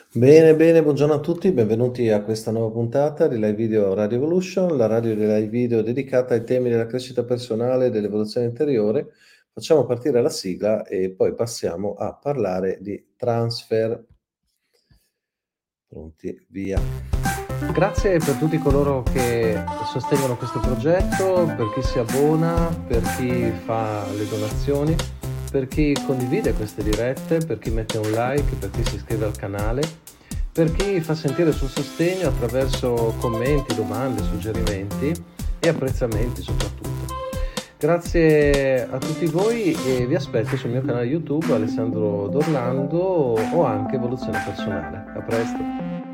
Bene, bene, buongiorno a tutti, benvenuti a questa nuova puntata di Live Video Radio Evolution, la radio di Live Video dedicata ai temi della crescita personale e dell'evoluzione interiore. Facciamo partire la sigla e poi passiamo a parlare di transfer. Pronti, via. Grazie per tutti coloro che sostengono questo progetto, per chi si abbona, per chi fa le donazioni, per chi condivide queste dirette, per chi mette un like, per chi si iscrive al canale, per chi fa sentire il suo sostegno attraverso commenti, domande, suggerimenti e apprezzamenti soprattutto. Grazie a tutti voi e vi aspetto sul mio canale YouTube Alessandro Dorlando o anche Evoluzione Personale. A presto!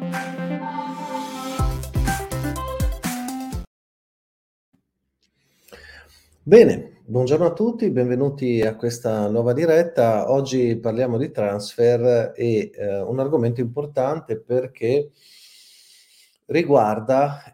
Bene, buongiorno a tutti, benvenuti a questa nuova diretta. Oggi parliamo di transfer e, un argomento importante perché riguarda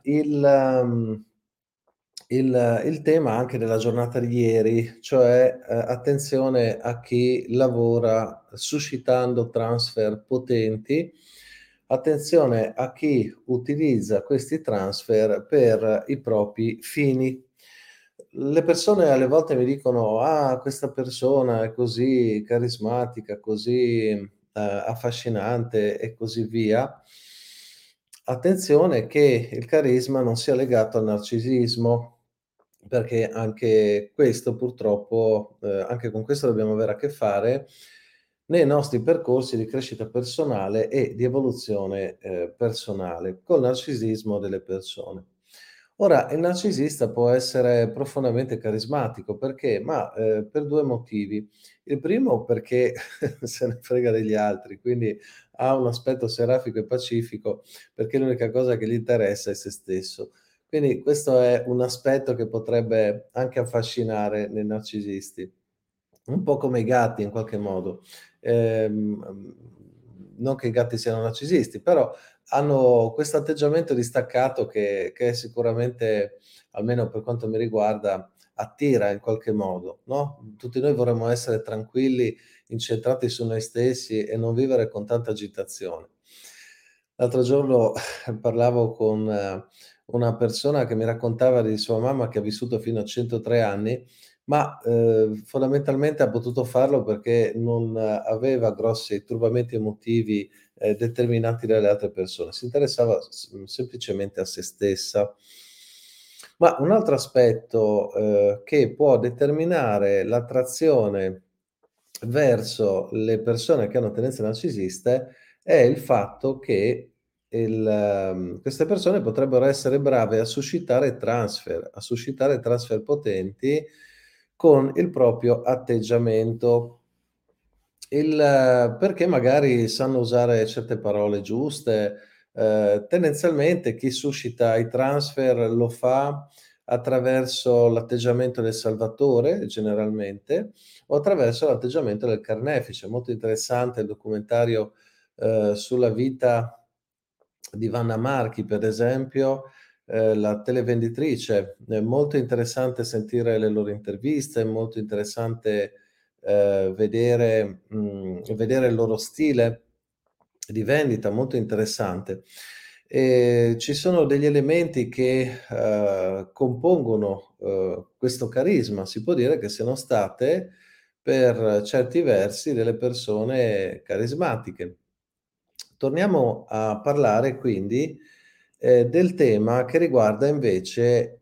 il tema anche della giornata di ieri, cioè, attenzione a chi lavora suscitando transfer potenti, attenzione a chi utilizza questi transfer per i propri fini. Le persone alle volte mi dicono: "Ah, questa persona è così carismatica, così, affascinante e così via". Attenzione che il carisma non sia legato al narcisismo, perché anche questo purtroppo anche con questo dobbiamo avere a che fare nei nostri percorsi di crescita personale e di evoluzione, personale, col narcisismo delle persone. Ora, il narcisista può essere profondamente carismatico perché? Per 2 motivi. Il primo perché se ne frega degli altri, quindi ha un aspetto serafico e pacifico, perché l'unica cosa che gli interessa è se stesso. Quindi questo è un aspetto che potrebbe anche affascinare nei narcisisti. Un po' come i gatti in qualche modo. Non che i gatti siano narcisisti, però hanno questo atteggiamento distaccato che sicuramente, almeno per quanto mi riguarda, attira in qualche modo, no, tutti noi vorremmo essere tranquilli, incentrati su noi stessi e non vivere con tanta agitazione. L'altro giorno parlavo con una persona che mi raccontava di sua mamma che ha vissuto fino a 103 anni, ma, fondamentalmente ha potuto farlo perché non aveva grossi turbamenti emotivi, determinati dalle altre persone. Si interessava semplicemente a se stessa. Ma un altro aspetto, che può determinare l'attrazione verso le persone che hanno tendenze narcisiste è il fatto che queste persone potrebbero essere brave a suscitare transfer potenti con il proprio atteggiamento. Perché magari sanno usare certe parole giuste, tendenzialmente chi suscita i transfer lo fa attraverso l'atteggiamento del salvatore, generalmente, o attraverso l'atteggiamento del carnefice. Molto interessante il documentario, sulla vita di Vanna Marchi, per esempio, la televenditrice. È molto interessante sentire le loro interviste, è molto interessante, vedere il loro stile di vendita, molto interessante. Ci sono degli elementi che, compongono, questo carisma. Si può dire che siano state, per certi versi, delle persone carismatiche. Torniamo a parlare quindi, del tema che riguarda invece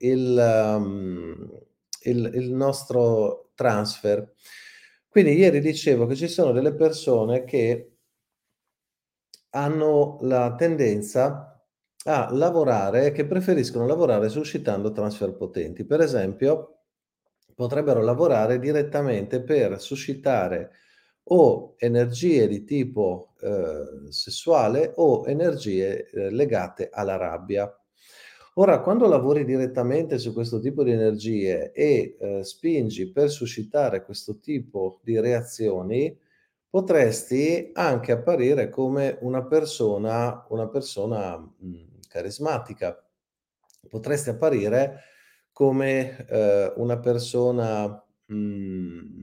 il nostro transfer. Quindi ieri dicevo che ci sono delle persone che hanno la tendenza a lavorare che preferiscono lavorare suscitando transfer potenti. Per esempio, potrebbero lavorare direttamente per suscitare o energie di tipo, sessuale o energie, legate alla rabbia. Ora, quando lavori direttamente su questo tipo di energie e, spingi per suscitare questo tipo di reazioni, potresti anche apparire come una persona, carismatica. Potresti apparire come,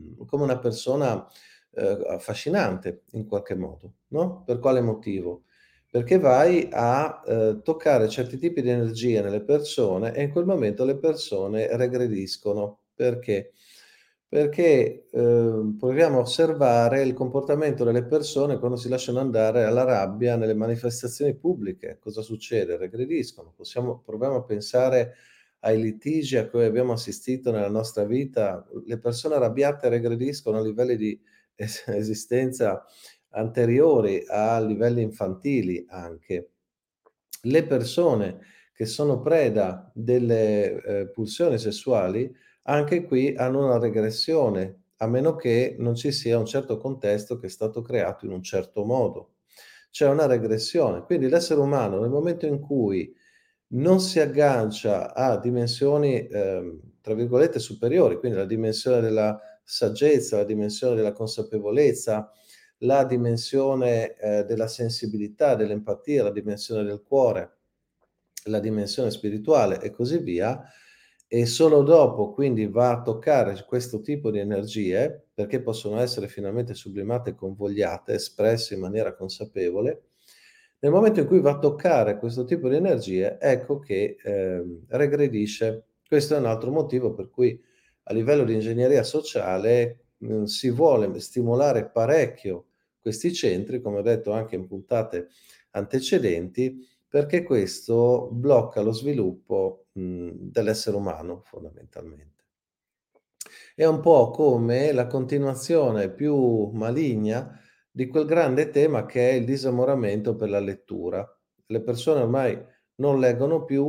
una persona, affascinante in qualche modo, no, per quale motivo? perché vai a, toccare certi tipi di energia nelle persone e in quel momento le persone regrediscono. Perché? Perché, proviamo a osservare il comportamento delle persone quando si lasciano andare alla rabbia nelle manifestazioni pubbliche. Cosa succede? Regrediscono. Proviamo a pensare ai litigi a cui abbiamo assistito nella nostra vita. Le persone arrabbiate regrediscono a livelli di esistenza anteriori, a livelli infantili anche. Le persone che sono preda delle, pulsioni sessuali, anche qui hanno una regressione, a meno che non ci sia un certo contesto che è stato creato in un certo modo. C'è una regressione. Quindi l'essere umano nel momento in cui non si aggancia a dimensioni, tra virgolette "superiori", quindi la dimensione della saggezza, la dimensione della consapevolezza, la dimensione, della sensibilità, dell'empatia, la dimensione del cuore, la dimensione spirituale e così via, e solo dopo quindi va a toccare s questo tipo di energie, perché possono essere finalmente sublimate e convogliate, espresse in maniera consapevole. Nel momento in cui va a toccare questo tipo di energie, ecco che, regredisce. Questo è un altro motivo per cui a livello di ingegneria sociale, si vuole stimolare parecchio questi centri, come ho detto anche in puntate antecedenti, perché questo blocca lo sviluppo, dell'essere umano fondamentalmente. È un po' come la continuazione più maligna di quel grande tema che è il disamoramento per la lettura. Le persone ormai non leggono più,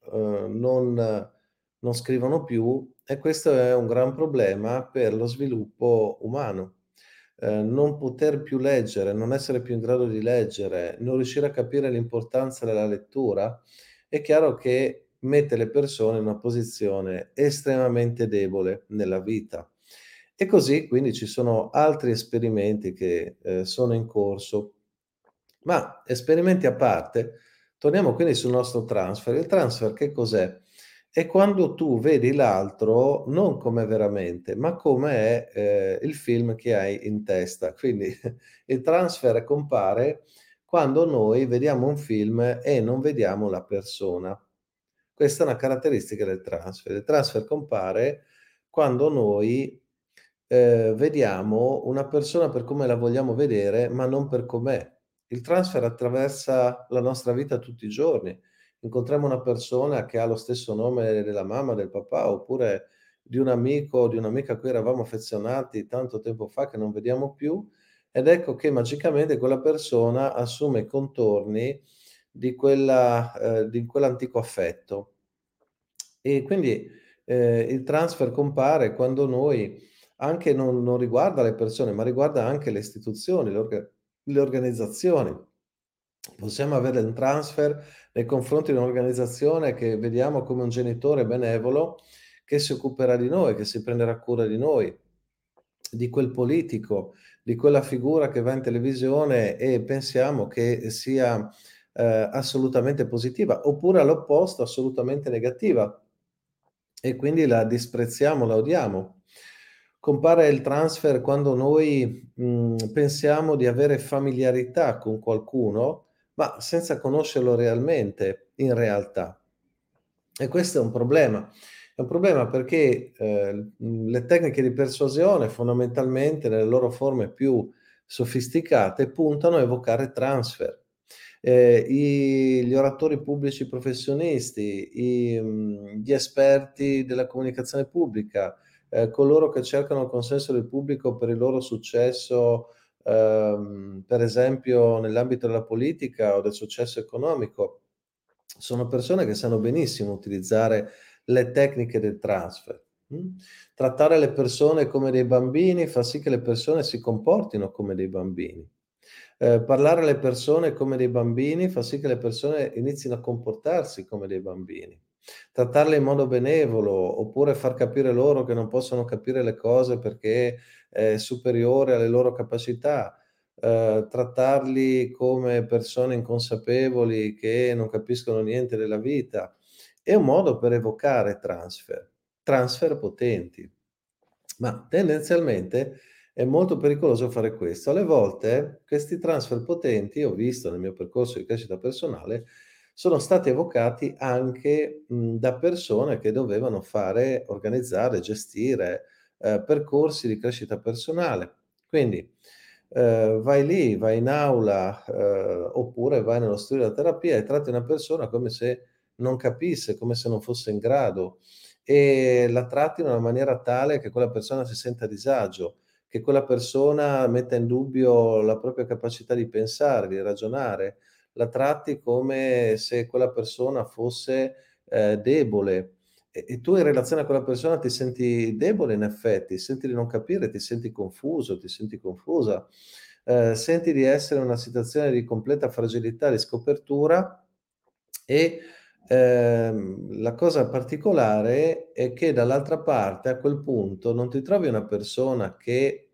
non scrivono più e questo è un gran problema per lo sviluppo umano. Non poter più leggere, non essere più in grado di leggere, non riuscire a capire l'importanza della lettura, è chiaro che mette le persone in una posizione estremamente debole nella vita. E così quindi ci sono altri esperimenti che, sono in corso. Ma esperimenti a parte, torniamo quindi sul nostro transfer. Il transfer che cos'è? È quando tu vedi l'altro non come veramente, ma come è, il film che hai in testa. Quindi il transfer compare quando noi vediamo un film e non vediamo la persona. Questa è una caratteristica del transfer. Il transfer compare quando noi, vediamo una persona per come la vogliamo vedere, ma non per com'è. Il transfer attraversa la nostra vita tutti i giorni. Incontriamo una persona che ha lo stesso nome della mamma, del papà, oppure di un amico o di un'amica a cui eravamo affezionati tanto tempo fa che non vediamo più, ed ecco che magicamente quella persona assume i contorni di quell'antico affetto. E quindi, il transfer compare quando noi anche non riguarda le persone, ma riguarda anche le istituzioni, le organizzazioni. Possiamo avere un transfer nei confronti di un'organizzazione che vediamo come un genitore benevolo che si occuperà di noi, che si prenderà cura di noi, di quel politico, di quella figura che va in televisione e pensiamo che sia, assolutamente positiva, oppure all'opposto assolutamente negativa e quindi la disprezziamo, la odiamo. Compare il transfer quando noi, pensiamo di avere familiarità con qualcuno, ma senza conoscerlo realmente, in realtà. E questo è un problema. È un problema perché, le tecniche di persuasione fondamentalmente nelle loro forme più sofisticate puntano a evocare transfer. I gli oratori pubblici professionisti, gli esperti della comunicazione pubblica, coloro che cercano il consenso del pubblico per il loro successo, per esempio nell'ambito della politica o del successo economico, sono persone che sanno benissimo utilizzare le tecniche del transfer, Trattare le persone come dei bambini fa sì che le persone si comportino come dei bambini. Parlare alle persone come dei bambini fa sì che le persone inizino a comportarsi come dei bambini. Trattarle in modo benevolo, oppure far capire loro che non possono capire le cose perché è superiore alle loro capacità, trattarli come persone inconsapevoli che non capiscono niente della vita, è un modo per evocare transfer potenti. Ma tendenzialmente È molto pericoloso fare questo. Alle volte questi transfer potenti, ho visto nel mio percorso di crescita personale, sono stati evocati anche, da persone che dovevano fare, organizzare, gestire, percorsi di crescita personale. Quindi, vai lì, vai in aula, oppure vai nello studio della terapia e tratti una persona come se non capisse, come se non fosse in grado, e la tratti in una maniera tale che quella persona si senta a disagio, che quella persona metta in dubbio la propria capacità di pensare, di ragionare, la tratti come se quella persona fosse, debole, e tu in relazione a quella persona ti senti debole in effetti, senti di non capire, ti senti confuso, ti senti confusa, senti di essere in una situazione di completa fragilità, di scopertura, e, la cosa particolare è che dall'altra parte a quel punto non ti trovi una persona che,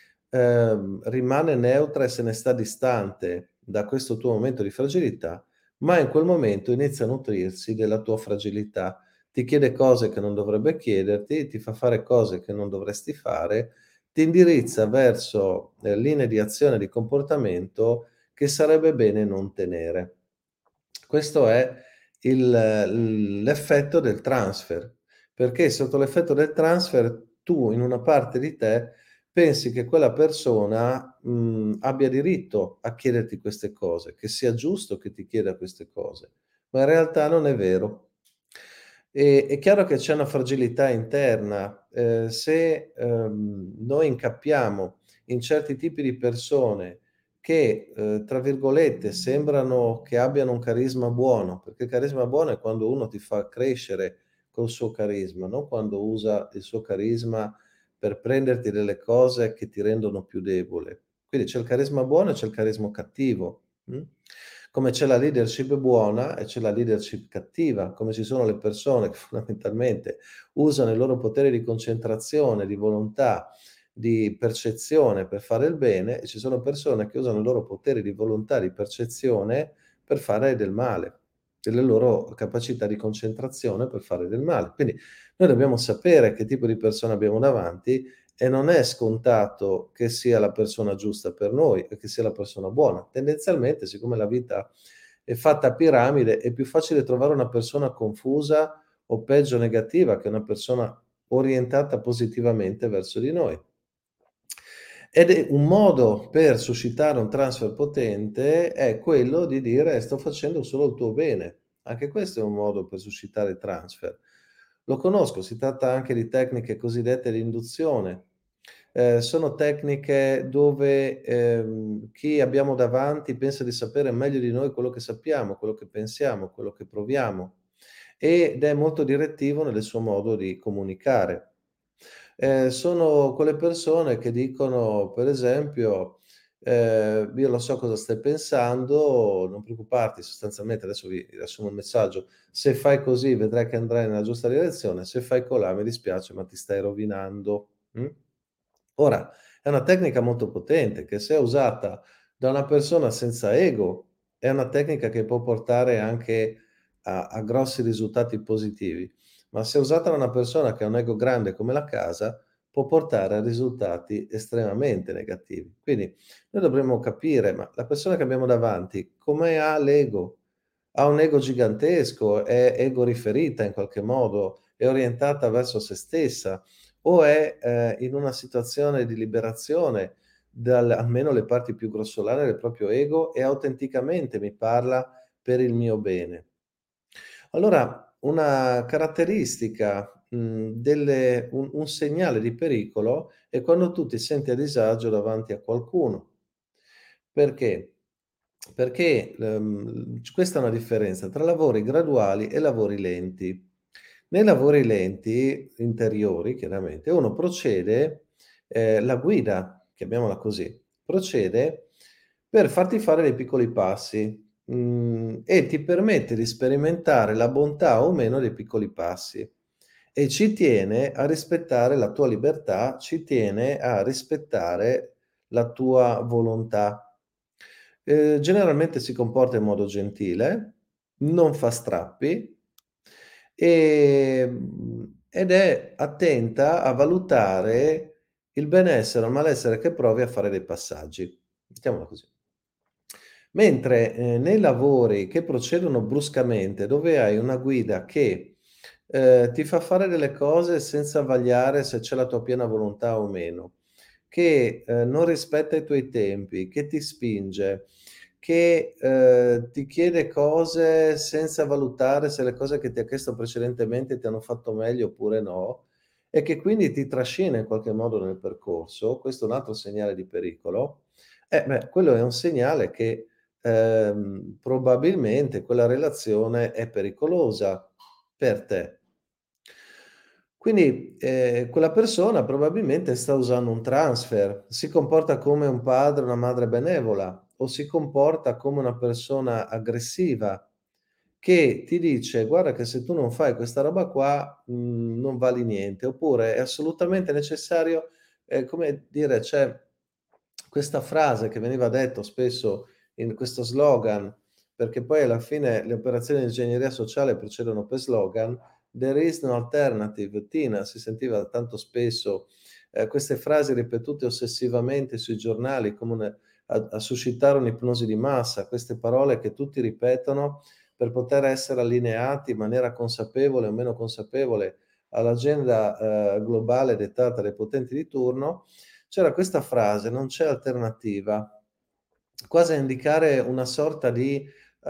rimane neutra e se ne sta distante da questo tuo momento di fragilità, ma in quel momento inizia a nutrirsi della tua fragilità. Ti chiede cose che non dovrebbe chiederti, ti fa fare cose che non dovresti fare, ti indirizza verso, linee di azione, di comportamento che sarebbe bene non tenere. Questo è l'effetto del transfer, perché sotto l'effetto del transfer tu in una parte di te pensi che quella persona, abbia diritto a chiederti queste cose, che sia giusto che ti chieda queste cose, ma in realtà non è vero. È chiaro che c'è una fragilità interna, se, noi incappiamo in certi tipi di persone che, tra virgolette, sembrano che abbiano un carisma buono, perché il carisma buono è quando uno ti fa crescere col suo carisma, non quando usa il suo carisma per prenderti delle cose che ti rendono più debole. Quindi c'è il carisma buono e c'è il carisma cattivo, come c'è la leadership buona e c'è la leadership cattiva, come ci sono le persone che fondamentalmente usano il loro potere di concentrazione, di volontà, di percezione per fare il bene, e ci sono persone che usano il loro potere di volontà, di percezione per fare del male, delle loro capacità di concentrazione per fare del male. Quindi noi dobbiamo sapere che tipo di persona abbiamo davanti e non è scontato che sia la persona giusta per noi e che sia la persona buona. Tendenzialmente, siccome la vita è fatta a piramide, è più facile trovare una persona confusa o peggio negativa che una persona orientata positivamente verso di noi. Ed è un modo per suscitare un transfer potente è quello di dire: "Sto facendo solo il tuo bene". Anche questo è un modo per suscitare transfer. Lo conosco, si tratta anche di tecniche cosiddette di induzione. Sono tecniche dove, chi abbiamo davanti pensa di sapere meglio di noi quello che sappiamo, quello che pensiamo, quello che proviamo, ed è molto direttivo nel suo modo di comunicare. Sono quelle persone che dicono, per esempio, "Io lo so cosa stai pensando, non preoccuparti", sostanzialmente adesso vi riassumo il messaggio: "Se fai così vedrai che andrai nella giusta direzione, se fai colà mi dispiace ma ti stai rovinando". Ora, è una tecnica molto potente che se usata da una persona senza ego, è una tecnica che può portare anche a grossi risultati positivi, ma se usata da una persona che ha un ego grande come la casa, può portare a risultati estremamente negativi. Quindi noi dovremmo capire, ma la persona che abbiamo davanti come ha l'ego? Ha un ego gigantesco? È ego riferita in qualche modo? È orientata verso se stessa? O è, in una situazione di liberazione dal almeno le parti più grossolane del proprio ego e autenticamente mi parla per il mio bene? Allora, una caratteristica, delle un segnale di pericolo è quando tu ti senti a disagio davanti a qualcuno. Perché? Perché, c questa è una differenza tra lavori graduali e lavori lenti. Nei lavori lenti, interiori chiaramente, uno procede, la guida, chiamiamola così, procede per farti fare dei piccoli passi, e ti permette di sperimentare la bontà o meno dei piccoli passi e ci tiene a rispettare la tua libertà, ci tiene a rispettare la tua volontà. Generalmente si comporta in modo gentile, non fa strappi, ed è attenta a valutare il benessere o il malessere che provi a fare dei passaggi. Mettiamola così. Mentre, nei lavori che procedono bruscamente, dove hai una guida che, ti fa fare delle cose senza vagliare se c'è la tua piena volontà o meno, che, non rispetta i tuoi tempi, che ti spinge, che, ti chiede cose senza valutare se le cose che ti ha chiesto precedentemente ti hanno fatto meglio oppure no, e che quindi ti trascina in qualche modo nel percorso, questo è un altro segnale di pericolo, beh, quello è un segnale che probabilmente quella relazione è pericolosa per te. Quindi, quella persona probabilmente sta usando un transfer, si comporta come un padre o una madre benevola o si comporta come una persona aggressiva che ti dice: "Guarda che se tu non fai questa roba qua, non vali niente." Oppure: "È assolutamente necessario", come dire, c'è questa frase che veniva detto spesso in questo slogan, perché poi alla fine le operazioni di ingegneria sociale procedono per slogan: "There is no alternative." Tina, si sentiva tanto spesso, queste frasi ripetute ossessivamente sui giornali come a suscitare un'ipnosi di massa, queste parole che tutti ripetono per essere allineati in maniera consapevole o meno consapevole all'agenda, globale dettata dai potenti di turno, c'era questa frase: "Non c'è alternativa", quasi a indicare una sorta di,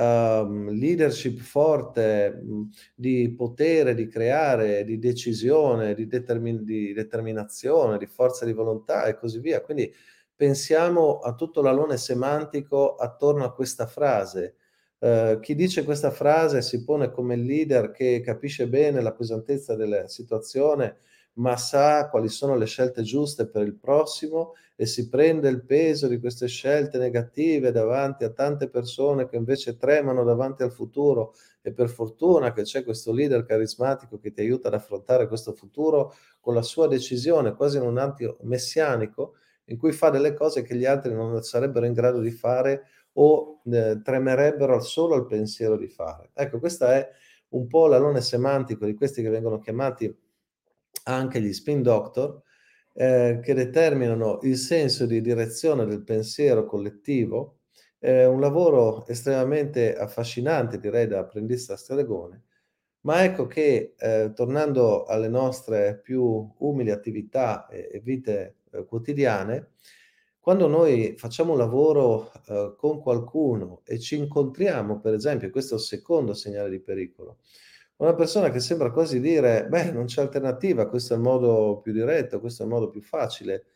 leadership forte, di potere, di creare, di decisione, di determinazione, di forza di volontà e così via. Quindi pensiamo a tutto l'alone semantico attorno a questa frase. Chi dice questa frase si pone come il leader che capisce bene la pesantezza della situazione, ma sa quali sono le scelte giuste per il prossimo e si prende il peso di queste scelte negative davanti a tante persone che invece tremano davanti al futuro e per fortuna che c'è questo leader carismatico che ti aiuta ad affrontare questo futuro con la sua decisione, quasi in un attimo messianico, in cui fa delle cose che gli altri non sarebbero in grado di fare o, tremerebbero al pensiero di fare. Ecco, questa è un po' l'alone semantico di questi che vengono chiamati anche gli spin doctor, che determinano il senso di direzione del pensiero collettivo. È un lavoro estremamente affascinante, direi da apprendista a stregone, ma ecco che, tornando alle nostre più umili attività e vite, quotidiane, quando noi facciamo un lavoro, con qualcuno e ci incontriamo, per esempio, questo è il secondo segnale di pericolo, una persona che sembra quasi dire: "Beh, non c'è alternativa, questo è il modo più diretto, questo è il modo più facile."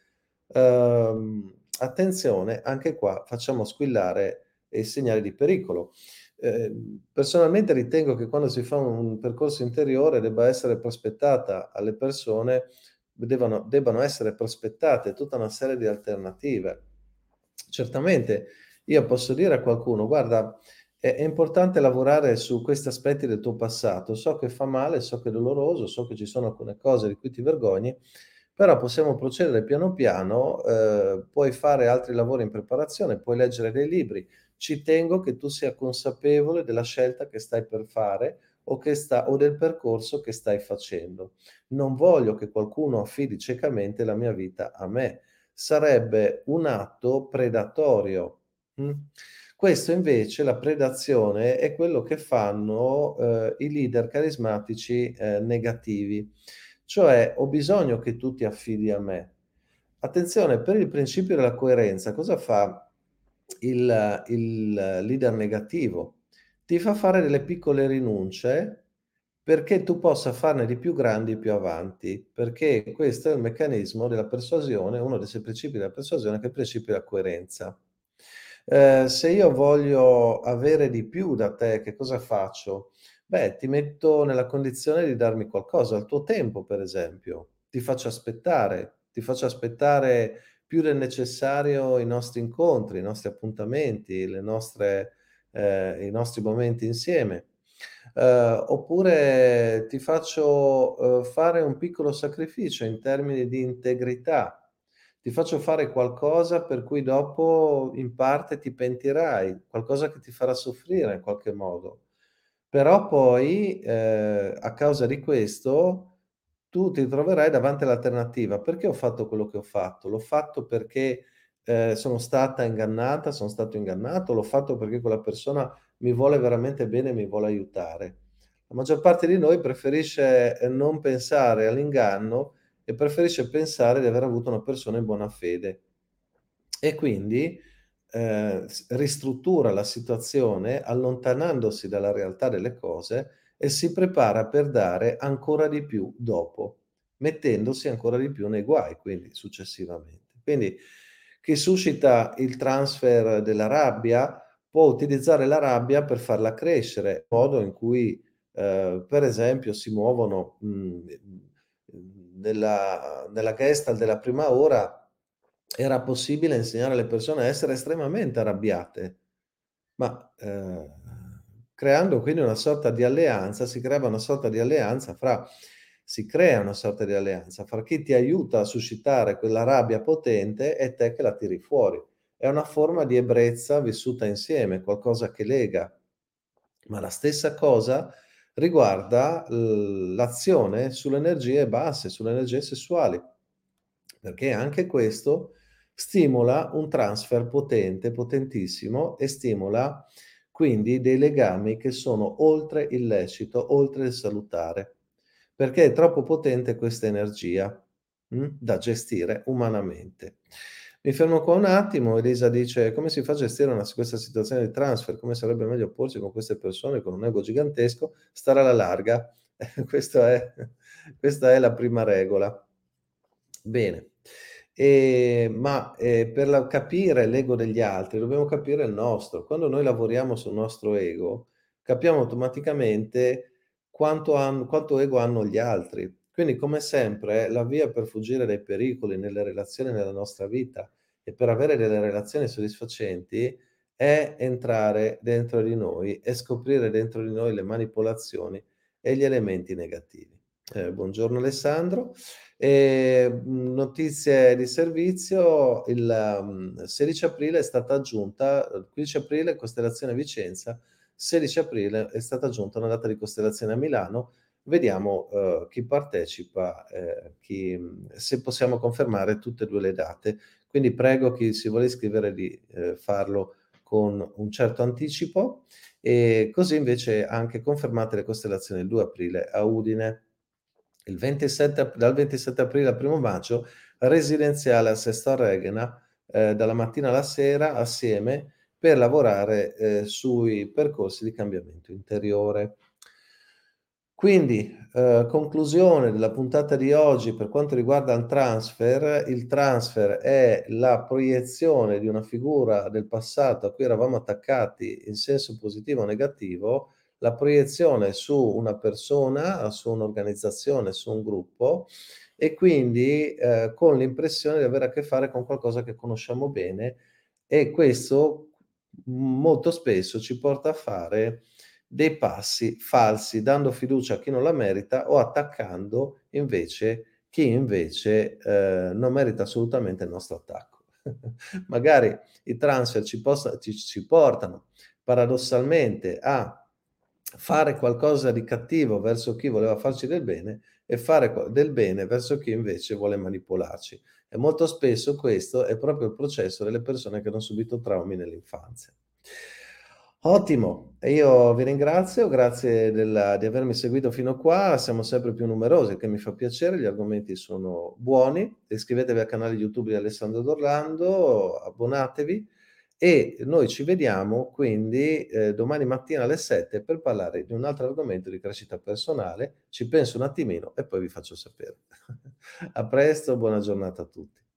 Attenzione, anche qua facciamo squillare i segnali di pericolo. Personalmente ritengo che quando si fa un percorso interiore debba essere prospettata alle persone debbano essere prospettate tutta una serie di alternative. Certamente io posso dire a qualcuno: "Guarda, è importante lavorare su questi aspetti del tuo passato. So che fa male, so che è doloroso, so che ci sono alcune cose di cui ti vergogni, però possiamo procedere piano piano, puoi fare altri lavori in preparazione, puoi leggere dei libri. Ci tengo che tu sia consapevole della scelta che stai per fare o del percorso che stai facendo. Non voglio che qualcuno affidi ciecamente la mia vita a me. Sarebbe un atto predatorio." Mh. Questo invece, la predazione, è quello che fanno, i leader carismatici, negativi. Cioè: "Ho bisogno che tu ti affidi a me." Attenzione, per il principio della coerenza cosa fa il leader negativo? Ti fa fare delle piccole rinunce perché tu possa farne di più grandi più avanti, perché questo è il meccanismo della persuasione, uno dei 6 principi della persuasione che è il principio della coerenza. Se io voglio avere di più da te, che cosa faccio? Beh, ti metto nella condizione di darmi qualcosa, il tuo tempo per esempio. Ti faccio aspettare più del necessario i nostri incontri, i nostri appuntamenti, i nostri momenti insieme. Oppure ti faccio, fare un piccolo sacrificio in termini di integrità. Ti faccio fare qualcosa per cui dopo in parte ti pentirai, qualcosa che ti farà soffrire in qualche modo. Però poi, a causa di questo tu ti troverai davanti all'alternativa: "Perché ho fatto quello che ho fatto? L'ho fatto perché, sono stata ingannata, son stato ingannato, l'ho fatto perché quella persona mi vuole veramente bene e mi vuole aiutare?" La maggior parte di noi preferisce, non pensare all'inganno e preferisce pensare di aver avuto una persona in buona fede. E quindi, ristruttura la situazione allontanandosi dalla realtà delle cose e si prepara per dare ancora di più dopo, mettendosi ancora di più nei guai, quindi successivamente. Quindi chi suscita il transfer della rabbia può utilizzare la rabbia per farla crescere, modo in cui, per esempio si muovono, nella Gestalt della prima ora era possibile insegnare alle persone a essere estremamente arrabbiate, ma, creando quindi una sorta di alleanza si crea una sorta di alleanza fra chi ti aiuta a suscitare quella rabbia potente e te che la tiri fuori. È una forma di ebbrezza vissuta insieme, qualcosa che lega. Ma la stessa cosa riguarda l'azione sulle energie basse, sulle energie sessuali, perché anche questo stimola un transfer potente, potentissimo e stimola quindi dei legami che sono oltre il lecito, oltre il salutare, perché è troppo potente questa energia, da gestire umanamente. Mi fermo qua un attimo, Elisa dice: "Come si fa a gestire questa situazione di transfer? Come sarebbe meglio porsi con queste persone con un ego gigantesco? Stare alla larga." Questo è questa è la prima regola. Bene. Per la capire l'ego degli altri dobbiamo capire il nostro. Quando noi lavoriamo sul nostro ego, capiamo automaticamente quanto ego hanno gli altri. Quindi come sempre la via per fuggire dai pericoli nelle relazioni nella nostra vita e per avere delle relazioni soddisfacenti è entrare dentro di noi e scoprire dentro di noi le manipolazioni e gli elementi negativi. Buongiorno Alessandro. Notizie di servizio: 16 aprile è stata aggiunta 15 aprile costellazione Vicenza, 16 aprile è stata aggiunta una data di costellazione a Milano. Vediamo, chi partecipa, se possiamo confermare tutte e 2 le date. Quindi prego chi si vuole iscrivere di, farlo con un certo anticipo, e così invece anche confermate le costellazioni il 2 aprile a Udine. Il 27 ap Dal 27 aprile al 1° maggio, residenziale a Sesto Reggina, dalla mattina alla sera assieme per lavorare, sui percorsi di cambiamento interiore. Quindi, conclusione della puntata di oggi per quanto riguarda il transfer è la proiezione di una figura del passato a cui eravamo attaccati in senso positivo o negativo, la proiezione su una persona, su un'organizzazione, su un gruppo e quindi, con l'impressione di avere a che fare con qualcosa che conosciamo bene e questo molto spesso ci porta a fare dei passi falsi, dando fiducia a chi non la merita o attaccando invece chi invece, non merita assolutamente il nostro attacco. Magari i transfer ci portano paradossalmente a fare qualcosa di cattivo verso chi voleva farci del bene e fare del bene verso chi invece vuole manipolarci. E molto spesso questo è proprio il processo delle persone che hanno subito traumi nell'infanzia. Ottimo, e io vi ringrazio, grazie di avermi seguito fino qua, siamo sempre più numerosi, il che mi fa piacere, gli argomenti sono buoni. Iscrivetevi al canale YouTube di Alessandro D'Orlando, abbonatevi e noi ci vediamo quindi, domani mattina alle 7 per parlare di un altro argomento di crescita personale. Ci penso un attimino e poi vi faccio sapere. A presto, buona giornata a tutti.